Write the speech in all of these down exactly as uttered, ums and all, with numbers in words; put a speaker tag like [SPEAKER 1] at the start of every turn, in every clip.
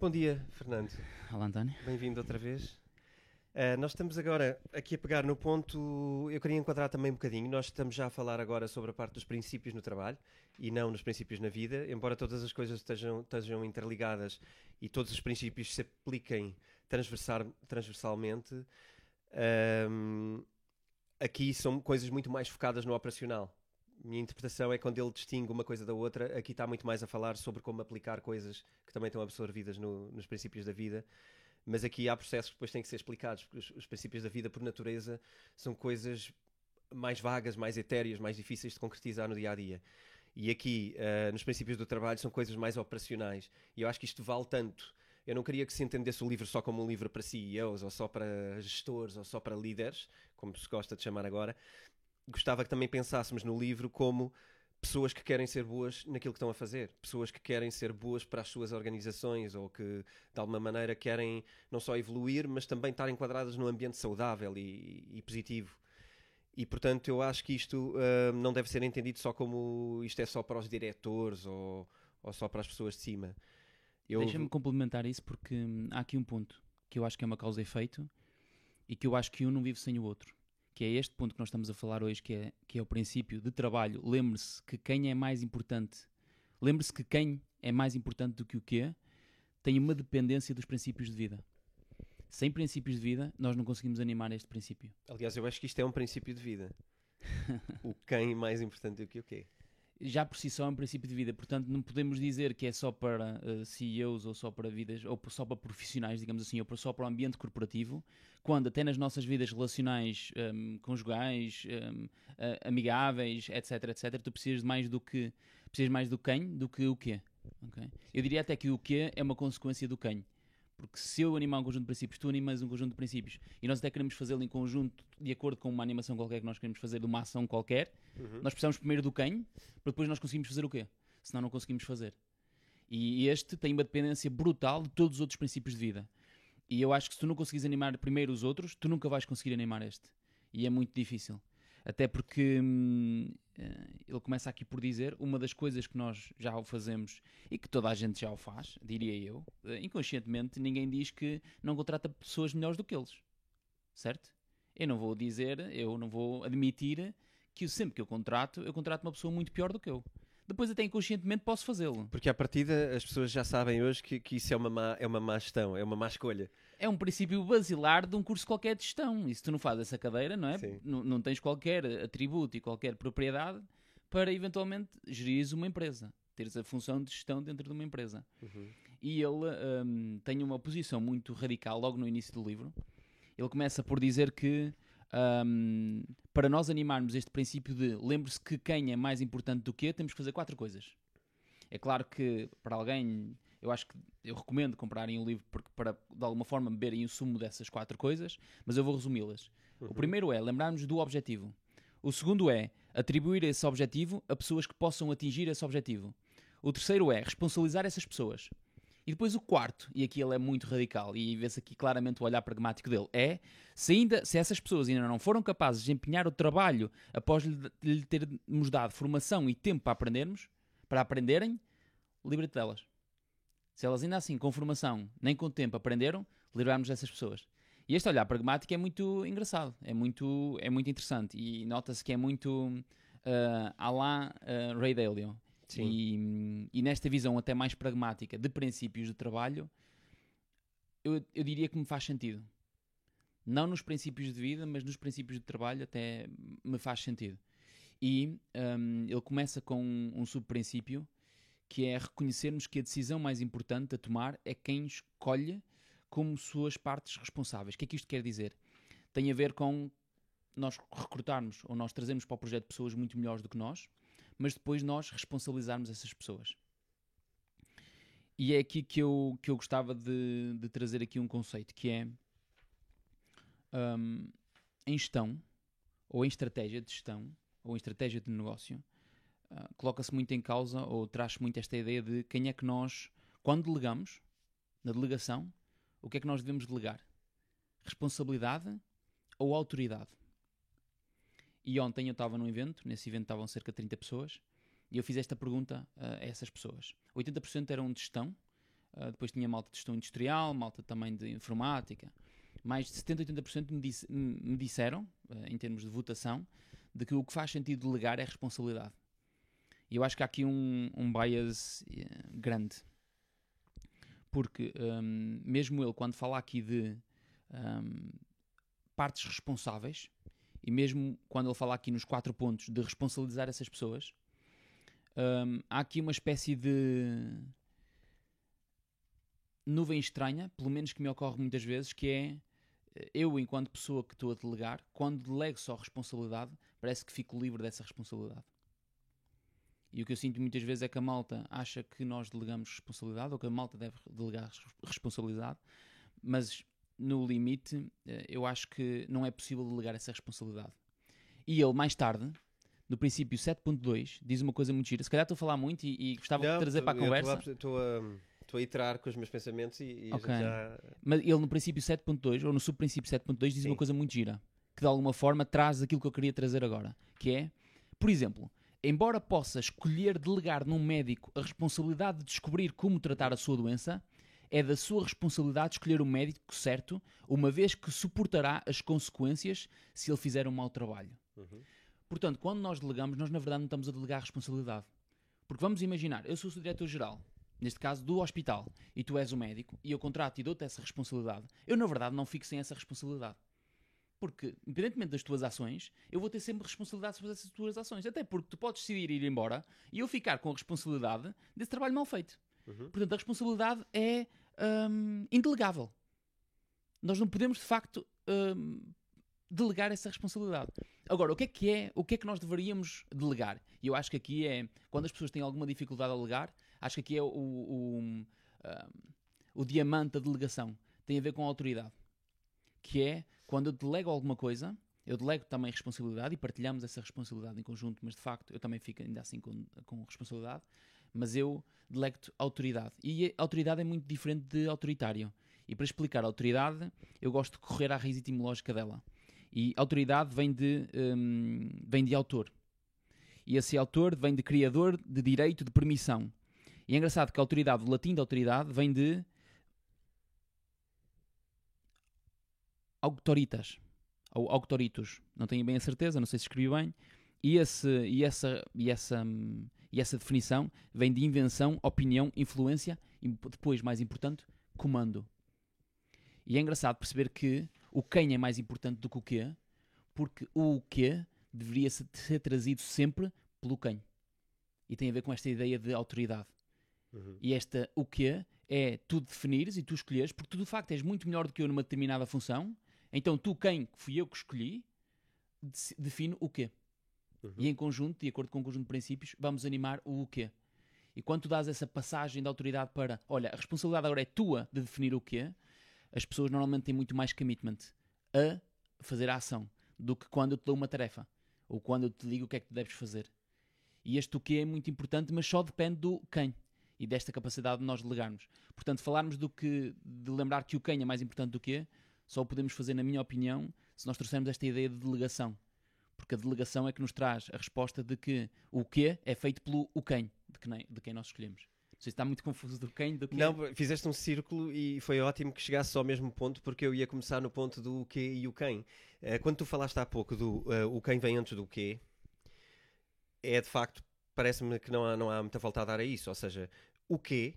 [SPEAKER 1] Bom dia, Fernando.
[SPEAKER 2] Olá, António.
[SPEAKER 1] Bem-vindo outra vez. Uh, nós estamos agora aqui a pegar no ponto, eu queria enquadrar também um bocadinho, nós estamos já a falar agora sobre a parte dos princípios no trabalho e não nos princípios na vida, embora todas as coisas estejam, estejam interligadas e todos os princípios se apliquem transversal, transversalmente, um, aqui são coisas muito mais focadas no operacional. Minha interpretação é que quando ele distingue uma coisa da outra, aqui está muito mais a falar sobre como aplicar coisas que também estão absorvidas no, nos princípios da vida. Mas aqui há processos que depois têm que ser explicados, porque os, os princípios da vida, por natureza, são coisas mais vagas, mais etéreas, mais difíceis de concretizar no dia-a-dia. E aqui, uh, nos princípios do trabalho, são coisas mais operacionais. E eu acho que isto vale tanto. Eu não queria que se entendesse o livro só como um livro para C E Os, ou só para gestores, ou só para líderes, como se gosta de chamar agora. Gostava que também pensássemos no livro como pessoas que querem ser boas naquilo que estão a fazer, pessoas que querem ser boas para as suas organizações ou que, de alguma maneira, querem não só evoluir, mas também estar enquadradas num ambiente saudável e, e positivo. E, portanto, eu acho que isto uh, não deve ser entendido só como isto é só para os diretores ou, ou só para as pessoas de cima. Eu...
[SPEAKER 2] Deixa-me complementar isso porque hum, há aqui um ponto que eu acho que é uma causa e efeito e que eu acho que um não vive sem o outro. Que é este ponto que nós estamos a falar hoje, que é, que é o princípio de trabalho. Lembre-se que quem é mais importante, lembre-se que quem é mais importante do que o quê, tem uma dependência dos princípios de vida. Sem princípios de vida, nós não conseguimos animar este princípio.
[SPEAKER 1] Aliás, eu acho que isto é um princípio de vida. O quem é mais importante do que o quê.
[SPEAKER 2] Já por si só é um princípio de vida, portanto não podemos dizer que é só para uh, C E Os ou só para vidas, ou só para profissionais, digamos assim, ou só para o ambiente corporativo, quando até nas nossas vidas relacionais, um, conjugais, um, uh, amigáveis, etc, etc, tu precisas de mais do que, precisas mais do quem do que o quê. Okay? Eu diria até que o quê é uma consequência do quem. Porque se eu animar um conjunto de princípios, tu animas um conjunto de princípios e nós até queremos fazê-lo em conjunto de acordo com uma animação qualquer que nós queremos fazer, de uma ação qualquer, uhum. Nós precisamos primeiro do quem, para depois nós conseguimos fazer o quê? Senão não conseguimos fazer. E este tem uma dependência brutal de todos os outros princípios de vida. E eu acho que se tu não conseguires animar primeiro os outros, tu nunca vais conseguir animar este. E é muito difícil. Até porque hum, ele começa aqui por dizer uma das coisas que nós já o fazemos e que toda a gente já o faz, diria eu, inconscientemente, ninguém diz que não contrata pessoas melhores do que eles. Certo? Eu não vou dizer, eu não vou admitir que sempre que eu contrato, eu contrato uma pessoa muito pior do que eu. Depois até inconscientemente posso fazê-lo.
[SPEAKER 1] Porque à partida as pessoas já sabem hoje que, que isso é uma, má, é uma má gestão, é uma má escolha.
[SPEAKER 2] É um princípio basilar de um curso qualquer de gestão. E se tu não fazes essa cadeira, não é? Não, não tens qualquer atributo e qualquer propriedade para eventualmente gerires uma empresa. Teres a função de gestão dentro de uma empresa. Uhum. E ele um, tem uma posição muito radical logo no início do livro. Ele começa por dizer que Um, para nós animarmos este princípio de lembre-se que quem é mais importante do que temos que fazer quatro coisas. É claro que para alguém, eu acho que eu recomendo comprarem um livro porque, para de alguma forma beberem o sumo dessas quatro coisas, mas eu vou resumi-las. Uhum. O primeiro é lembrarmos do objetivo. O segundo é atribuir esse objetivo a pessoas que possam atingir esse objetivo. O terceiro é responsabilizar essas pessoas. E depois o quarto, e aqui ele é muito radical, e vê-se aqui claramente o olhar pragmático dele, é se, ainda, se essas pessoas ainda não foram capazes de empenhar o trabalho após lhe, lhe termos dado formação e tempo para aprendermos, para aprenderem, livra-te delas. Se elas ainda assim, com formação, nem com tempo aprenderam, livrarmos dessas pessoas. E este olhar pragmático é muito engraçado, é muito, é muito interessante, e nota-se que é muito uh, à la uh, Ray Dalio. E, e nesta visão até mais pragmática de princípios de trabalho, eu, eu diria que me faz sentido. Não nos princípios de vida, mas nos princípios de trabalho até me faz sentido. E um, ele começa com um, um subprincípio que é reconhecermos que a decisão mais importante a tomar é quem escolhe como suas partes responsáveis. O que é que isto quer dizer? Tem a ver com nós recrutarmos ou nós trazermos para o projeto pessoas muito melhores do que nós, mas depois nós responsabilizarmos essas pessoas. E é aqui que eu, que eu gostava de, de trazer aqui um conceito, que é um, em gestão, ou em estratégia de gestão, ou em estratégia de negócio, uh, coloca-se muito em causa, ou traz muito esta ideia de quem é que nós, quando delegamos, na delegação, o que é que nós devemos delegar? Responsabilidade ou autoridade? E ontem eu estava num evento, nesse evento estavam cerca de trinta pessoas, e eu fiz esta pergunta uh, a essas pessoas. oitenta por cento eram de gestão, uh, depois tinha malta de gestão industrial, malta também de informática. Mais de setenta, oitenta por cento me, disse, me disseram, uh, em termos de votação, de que o que faz sentido delegar é responsabilidade. E eu acho que há aqui um, um bias uh, grande. Porque um, mesmo ele, quando fala aqui de um, partes responsáveis, e mesmo quando ele fala aqui nos quatro pontos de responsabilizar essas pessoas, um, há aqui uma espécie de nuvem estranha, pelo menos que me ocorre muitas vezes, que é eu, enquanto pessoa que estou a delegar, quando delego só responsabilidade, parece que fico livre dessa responsabilidade. E o que eu sinto muitas vezes é que a malta acha que nós delegamos responsabilidade, ou que a malta deve delegar responsabilidade, mas no limite eu acho que não é possível delegar essa responsabilidade. E ele, mais tarde, no princípio sete ponto dois, diz uma coisa muito gira. Se calhar estou a falar muito e, e gostava não, de trazer tu, para a conversa.
[SPEAKER 1] Estou a, a iterar com os meus pensamentos e, e
[SPEAKER 2] okay.
[SPEAKER 1] já...
[SPEAKER 2] Mas ele no princípio sete ponto dois, ou no subprincípio sete ponto dois, diz Sim. uma coisa muito gira, que de alguma forma traz aquilo que eu queria trazer agora, que é, por exemplo... Embora possa escolher delegar num médico a responsabilidade de descobrir como tratar a sua doença, é da sua responsabilidade escolher o médico certo, uma vez que suportará as consequências se ele fizer um mau trabalho. Uhum. Portanto, quando nós delegamos, nós na verdade não estamos a delegar a responsabilidade. Porque vamos imaginar, eu sou o diretor-geral, neste caso do hospital, e tu és o médico, e eu contrato e dou-te essa responsabilidade. Eu na verdade não fico sem essa responsabilidade. Porque, independentemente das tuas ações, eu vou ter sempre responsabilidade sobre essas tuas ações. Até porque tu podes decidir ir embora e eu ficar com a responsabilidade desse trabalho mal feito. Uhum. Portanto, a responsabilidade é hum, indelegável. Nós não podemos, de facto, hum, delegar essa responsabilidade. Agora, o que é que é, o que é que nós deveríamos delegar? E eu acho que aqui é, quando as pessoas têm alguma dificuldade a delegar, acho que aqui é o, o, um, o diamante da delegação. Tem a ver com a autoridade. Que é, quando eu delego alguma coisa, eu delego também responsabilidade e partilhamos essa responsabilidade em conjunto, mas de facto eu também fico ainda assim com, com responsabilidade, mas eu delego-te autoridade. E a autoridade é muito diferente de autoritário. E para explicar a autoridade, eu gosto de correr à raiz etimológica dela. E autoridade vem de, hum, vem de autor. E esse autor vem de criador, de direito, de permissão. E é engraçado que a autoridade, o latim da autoridade, vem de auctoritas, ou auctoritus, não tenho bem a certeza, não sei se escrevi bem, e, esse, e, essa, e, essa, e essa definição vem de invenção, opinião, influência e depois, mais importante, comando. E é engraçado perceber que o quem é mais importante do que o quê, porque o quê deveria ser trazido sempre pelo quem. E tem a ver com esta ideia de autoridade. Uhum. E esta o quê é tu definires e tu escolheres, porque tu de facto és muito melhor do que eu numa determinada função. Então tu, quem fui eu que escolhi, define o quê. Uhum. E em conjunto, de acordo com um conjunto de princípios, vamos animar o o quê. E quando tu dás essa passagem da autoridade para, olha, a responsabilidade agora é tua de definir o quê, as pessoas normalmente têm muito mais commitment a fazer a ação do que quando eu te dou uma tarefa ou quando eu te digo o que é que tu deves fazer. E este o quê é muito importante, mas só depende do quem e desta capacidade de nós delegarmos. Portanto, falarmos do que, de lembrar que o quem é mais importante do quê, só o podemos fazer, na minha opinião, se nós trouxermos esta ideia de delegação. Porque a delegação é que nos traz a resposta de que o quê é feito pelo o quem, de quem, de quem nós escolhemos. Não sei se está muito confuso do quem, do quê.
[SPEAKER 1] Não, fizeste um círculo e foi ótimo que chegasses ao mesmo ponto, porque eu ia começar no ponto do o quê e o quem. Quando tu falaste há pouco do uh, o quem vem antes do quê, é de facto, parece-me que não há, não há muita volta a dar a isso. Ou seja, o quê,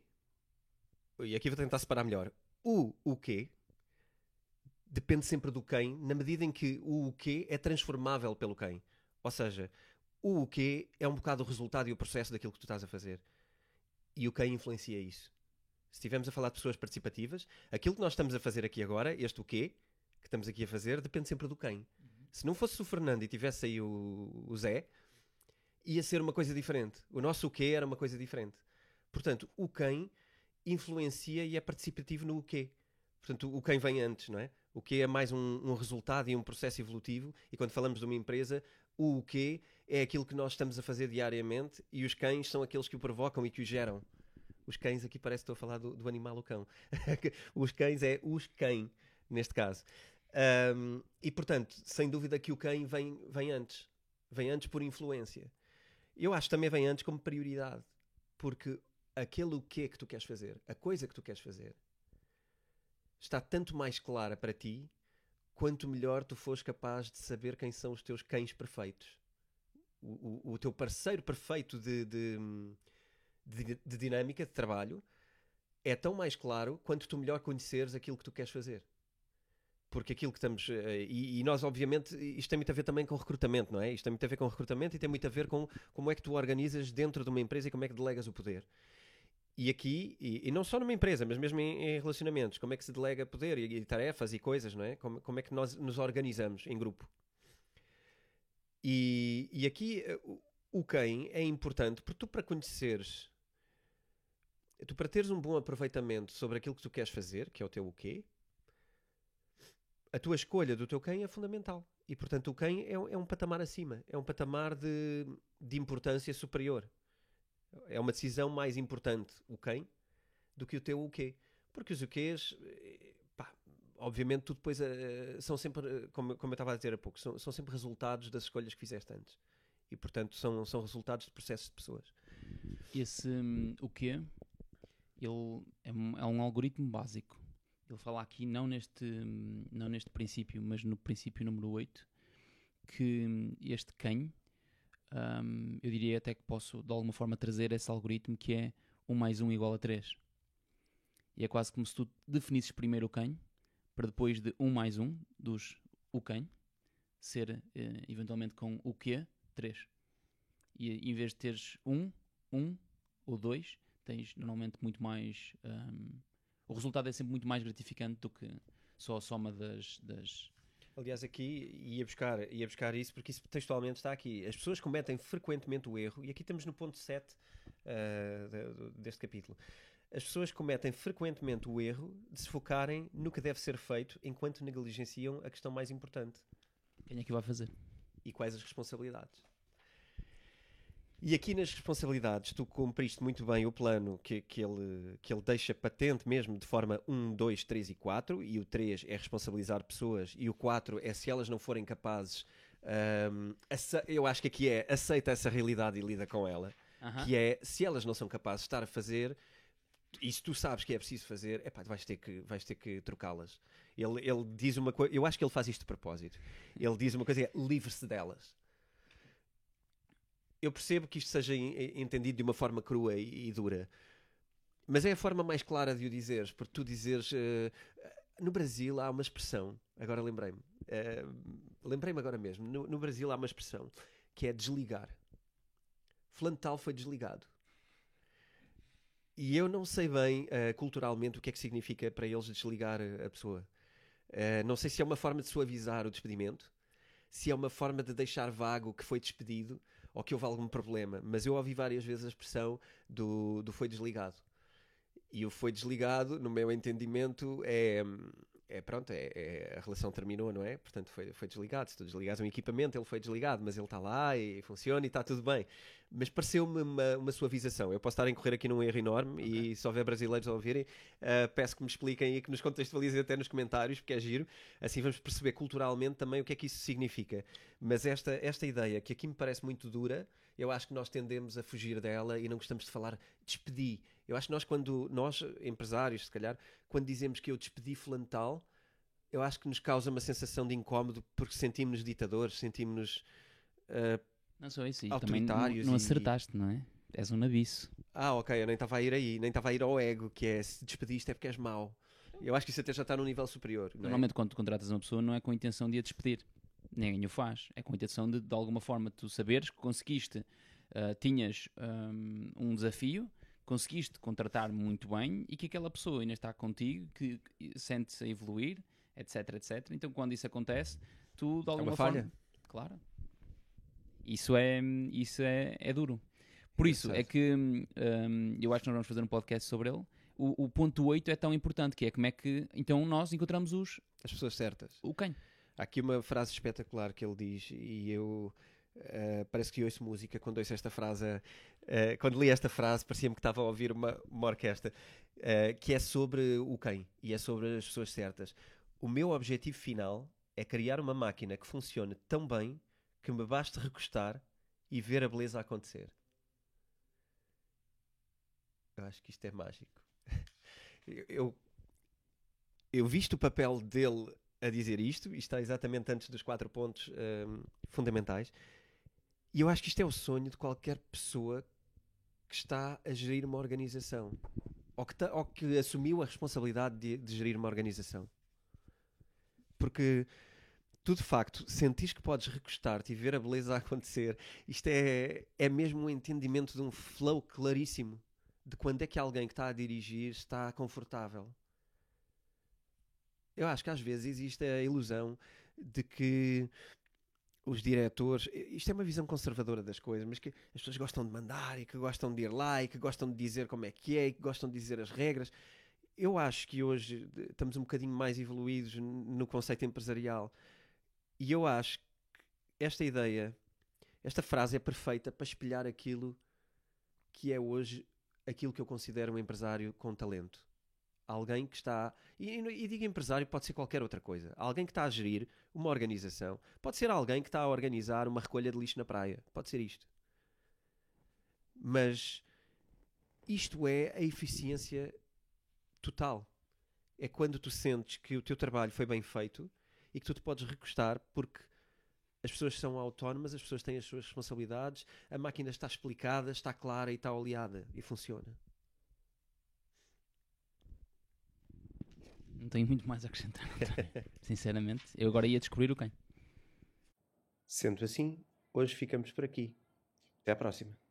[SPEAKER 1] e aqui vou tentar separar melhor, o o quê, depende sempre do quem, na medida em que o o quê é transformável pelo quem. Ou seja, o o quê é um bocado o resultado e o processo daquilo que tu estás a fazer. E o quem influencia isso. Se estivermos a falar de pessoas participativas, aquilo que nós estamos a fazer aqui agora, este o quê, que estamos aqui a fazer, depende sempre do quem. Uhum. Se não fosse o Fernando e tivesse aí o, o Zé, ia ser uma coisa diferente. O nosso o quê era uma coisa diferente. Portanto, o quem influencia e é participativo no o quê. Portanto, o quem vem antes, não é? O quê é mais um, um resultado e um processo evolutivo. E quando falamos de uma empresa, o o quê é aquilo que nós estamos a fazer diariamente e os quens são aqueles que o provocam e que o geram. Os cães, aqui parece que estou a falar do, do animal o cão. Os cães é os quem, neste caso. Um, e, portanto, sem dúvida que o quem vem, vem antes. Vem antes por influência. Eu acho que também vem antes como prioridade. Porque aquele o que que tu queres fazer, a coisa que tu queres fazer, está tanto mais clara para ti quanto melhor tu fores capaz de saber quem são os teus cães perfeitos. O, o, o teu parceiro perfeito de, de, de, de dinâmica, de trabalho, é tão mais claro quanto tu melhor conheceres aquilo que tu queres fazer. Porque aquilo que estamos... E, e nós, obviamente, isto tem muito a ver também com recrutamento, não é? Isto tem muito a ver com recrutamento e tem muito a ver com como é que tu organizas dentro de uma empresa e como é que delegas o poder. E aqui, e, e não só numa empresa, mas mesmo em, em relacionamentos, como é que se delega poder e, e tarefas e coisas, não é? Como, como é que nós nos organizamos em grupo. E, e aqui o, o quem é importante, porque tu para conheceres, tu para teres um bom aproveitamento sobre aquilo que tu queres fazer, que é o teu o quê, a tua escolha do teu quem é fundamental. E portanto o quem é, é um patamar acima, é um patamar de, de importância superior. É uma decisão mais importante o quem do que o teu o quê. Porque os o quês, pá, obviamente tu depois uh, são sempre, uh, como, como eu estava a dizer há pouco, são, são sempre resultados das escolhas que fizeste antes. E portanto são, são resultados de processos de pessoas.
[SPEAKER 2] Esse um, o quê? Ele é um, é um algoritmo básico. Ele fala aqui, não neste, não neste princípio, mas no princípio número oito, que este quem, um, eu diria até que posso de alguma forma trazer esse algoritmo que é um mais um igual a três. E é quase como se tu definisses primeiro o quem, para depois de um mais um, dos o quem, ser eh, eventualmente com o quê, três. E em vez de teres um, um ou dois, tens normalmente muito mais... Um, o resultado é sempre muito mais gratificante do que só a soma das... das...
[SPEAKER 1] Aliás, aqui ia buscar, ia buscar isso porque isso textualmente está aqui. As pessoas cometem frequentemente o erro, e aqui estamos no ponto sete uh, deste capítulo. As pessoas cometem frequentemente o erro de se focarem no que deve ser feito enquanto negligenciam a questão mais importante.
[SPEAKER 2] Quem é que vai fazer?
[SPEAKER 1] E quais as responsabilidades. E aqui nas responsabilidades tu cumpriste muito bem o plano que, que, ele, que ele deixa patente mesmo de forma um, dois, três e quatro, e o três é responsabilizar pessoas e o quatro é se elas não forem capazes, um, eu acho que aqui é aceita essa realidade e lida com ela, uh-huh. Que é se elas não são capazes de estar a fazer e se tu sabes que é preciso fazer, epá, vais ter que, vais ter que trocá-las. Ele, ele diz uma coisa, eu acho que ele faz isto de propósito, ele diz uma coisa, é livre-se delas. Eu percebo que isto seja entendido de uma forma crua e, e dura, mas é a forma mais clara de o dizeres, porque tu dizeres... Uh, no Brasil há uma expressão, agora lembrei-me, uh, lembrei-me agora mesmo, no, no Brasil há uma expressão que é desligar. Fulano tal foi desligado. E eu não sei bem, uh, culturalmente, o que é que significa para eles desligar a pessoa. Uh, não sei se é uma forma de suavizar o despedimento, se é uma forma de deixar vago que foi despedido, ou que houve algum problema, mas eu ouvi várias vezes a expressão do, do foi desligado. E o foi desligado, no meu entendimento, é, é pronto, é, é, a relação terminou, não é? Portanto, foi, foi desligado. Se tu desligares um equipamento, ele foi desligado, mas ele está lá e funciona e está tudo bem. Mas pareceu-me uma, uma suavização. Eu posso estar a incorrer aqui num erro enorme, okay. E se houver brasileiros a ouvirem, uh, peço que me expliquem e que nos contextualizem até nos comentários, porque é giro. Assim vamos perceber culturalmente também o que é que isso significa. Mas esta, esta ideia, que aqui me parece muito dura, eu acho que nós tendemos a fugir dela e não gostamos de falar despedi. Eu acho que nós, quando nós, empresários, se calhar, quando dizemos que eu despedi fulano tal, eu acho que nos causa uma sensação de incómodo porque sentimos-nos ditadores, sentimos-nos uh,
[SPEAKER 2] não só isso, e também não, não acertaste, e... não é? És um nabiço.
[SPEAKER 1] Ah, ok, eu nem estava a ir aí, nem estava a ir ao ego, que é se despediste é porque és mau. Eu acho que isso até já está num nível superior.
[SPEAKER 2] Normalmente
[SPEAKER 1] não é?
[SPEAKER 2] Quando tu contratas uma pessoa não é com a intenção de a despedir. Ninguém o faz. É com a intenção de, de alguma forma, tu saberes que conseguiste, uh, tinhas um, um desafio, conseguiste contratar muito bem e que aquela pessoa ainda está contigo, que sente-se a evoluir, etc, etcétera. Então, quando isso acontece, tu, de alguma
[SPEAKER 1] é uma
[SPEAKER 2] forma...
[SPEAKER 1] falha.
[SPEAKER 2] Claro. Isso é, isso é, é duro. Por é isso, é que um, eu acho que nós vamos fazer um podcast sobre ele. O, o ponto oito é tão importante, que é como é que, então, nós encontramos os...
[SPEAKER 1] as pessoas certas.
[SPEAKER 2] O quem?
[SPEAKER 1] Há aqui uma frase espetacular que ele diz, e eu uh, parece que ouço música quando ouço esta frase. Uh, quando li esta frase, parecia-me que estava a ouvir uma, uma orquestra, uh, que é sobre o quem, e é sobre as pessoas certas. O meu objetivo final é criar uma máquina que funcione tão bem que me baste recostar e ver a beleza acontecer. Eu acho que isto é mágico. Eu, eu, eu visto o papel dele a dizer isto, e está exatamente antes dos quatro pontos um, fundamentais, e eu acho que isto é o sonho de qualquer pessoa que está a gerir uma organização, ou que, tá, ou que assumiu a responsabilidade de, de gerir uma organização. Porque tu, de facto, sentires que podes recostar-te e ver a beleza a acontecer, isto é, é mesmo um entendimento de um flow claríssimo de quando é que alguém que está a dirigir está confortável. Eu acho que às vezes existe a ilusão de que os diretores... Isto é uma visão conservadora das coisas, mas que as pessoas gostam de mandar e que gostam de ir lá e que gostam de dizer como é que é e que gostam de dizer as regras. Eu acho que hoje estamos um bocadinho mais evoluídos no conceito empresarial. E eu acho que esta ideia, esta frase é perfeita para espelhar aquilo que é hoje aquilo que eu considero um empresário com talento. Alguém que está... E, e digo empresário, pode ser qualquer outra coisa. Alguém que está a gerir uma organização. Pode ser alguém que está a organizar uma recolha de lixo na praia. Pode ser isto. Mas isto é a eficiência total. É quando tu sentes que o teu trabalho foi bem feito e que tu te podes recostar porque as pessoas são autónomas, as pessoas têm as suas responsabilidades, a máquina está explicada, está clara e está oleada e funciona.
[SPEAKER 2] Não tenho muito mais a acrescentar. Sinceramente, eu agora ia descobrir o quem.
[SPEAKER 1] Sendo assim, hoje ficamos por aqui. Até à próxima.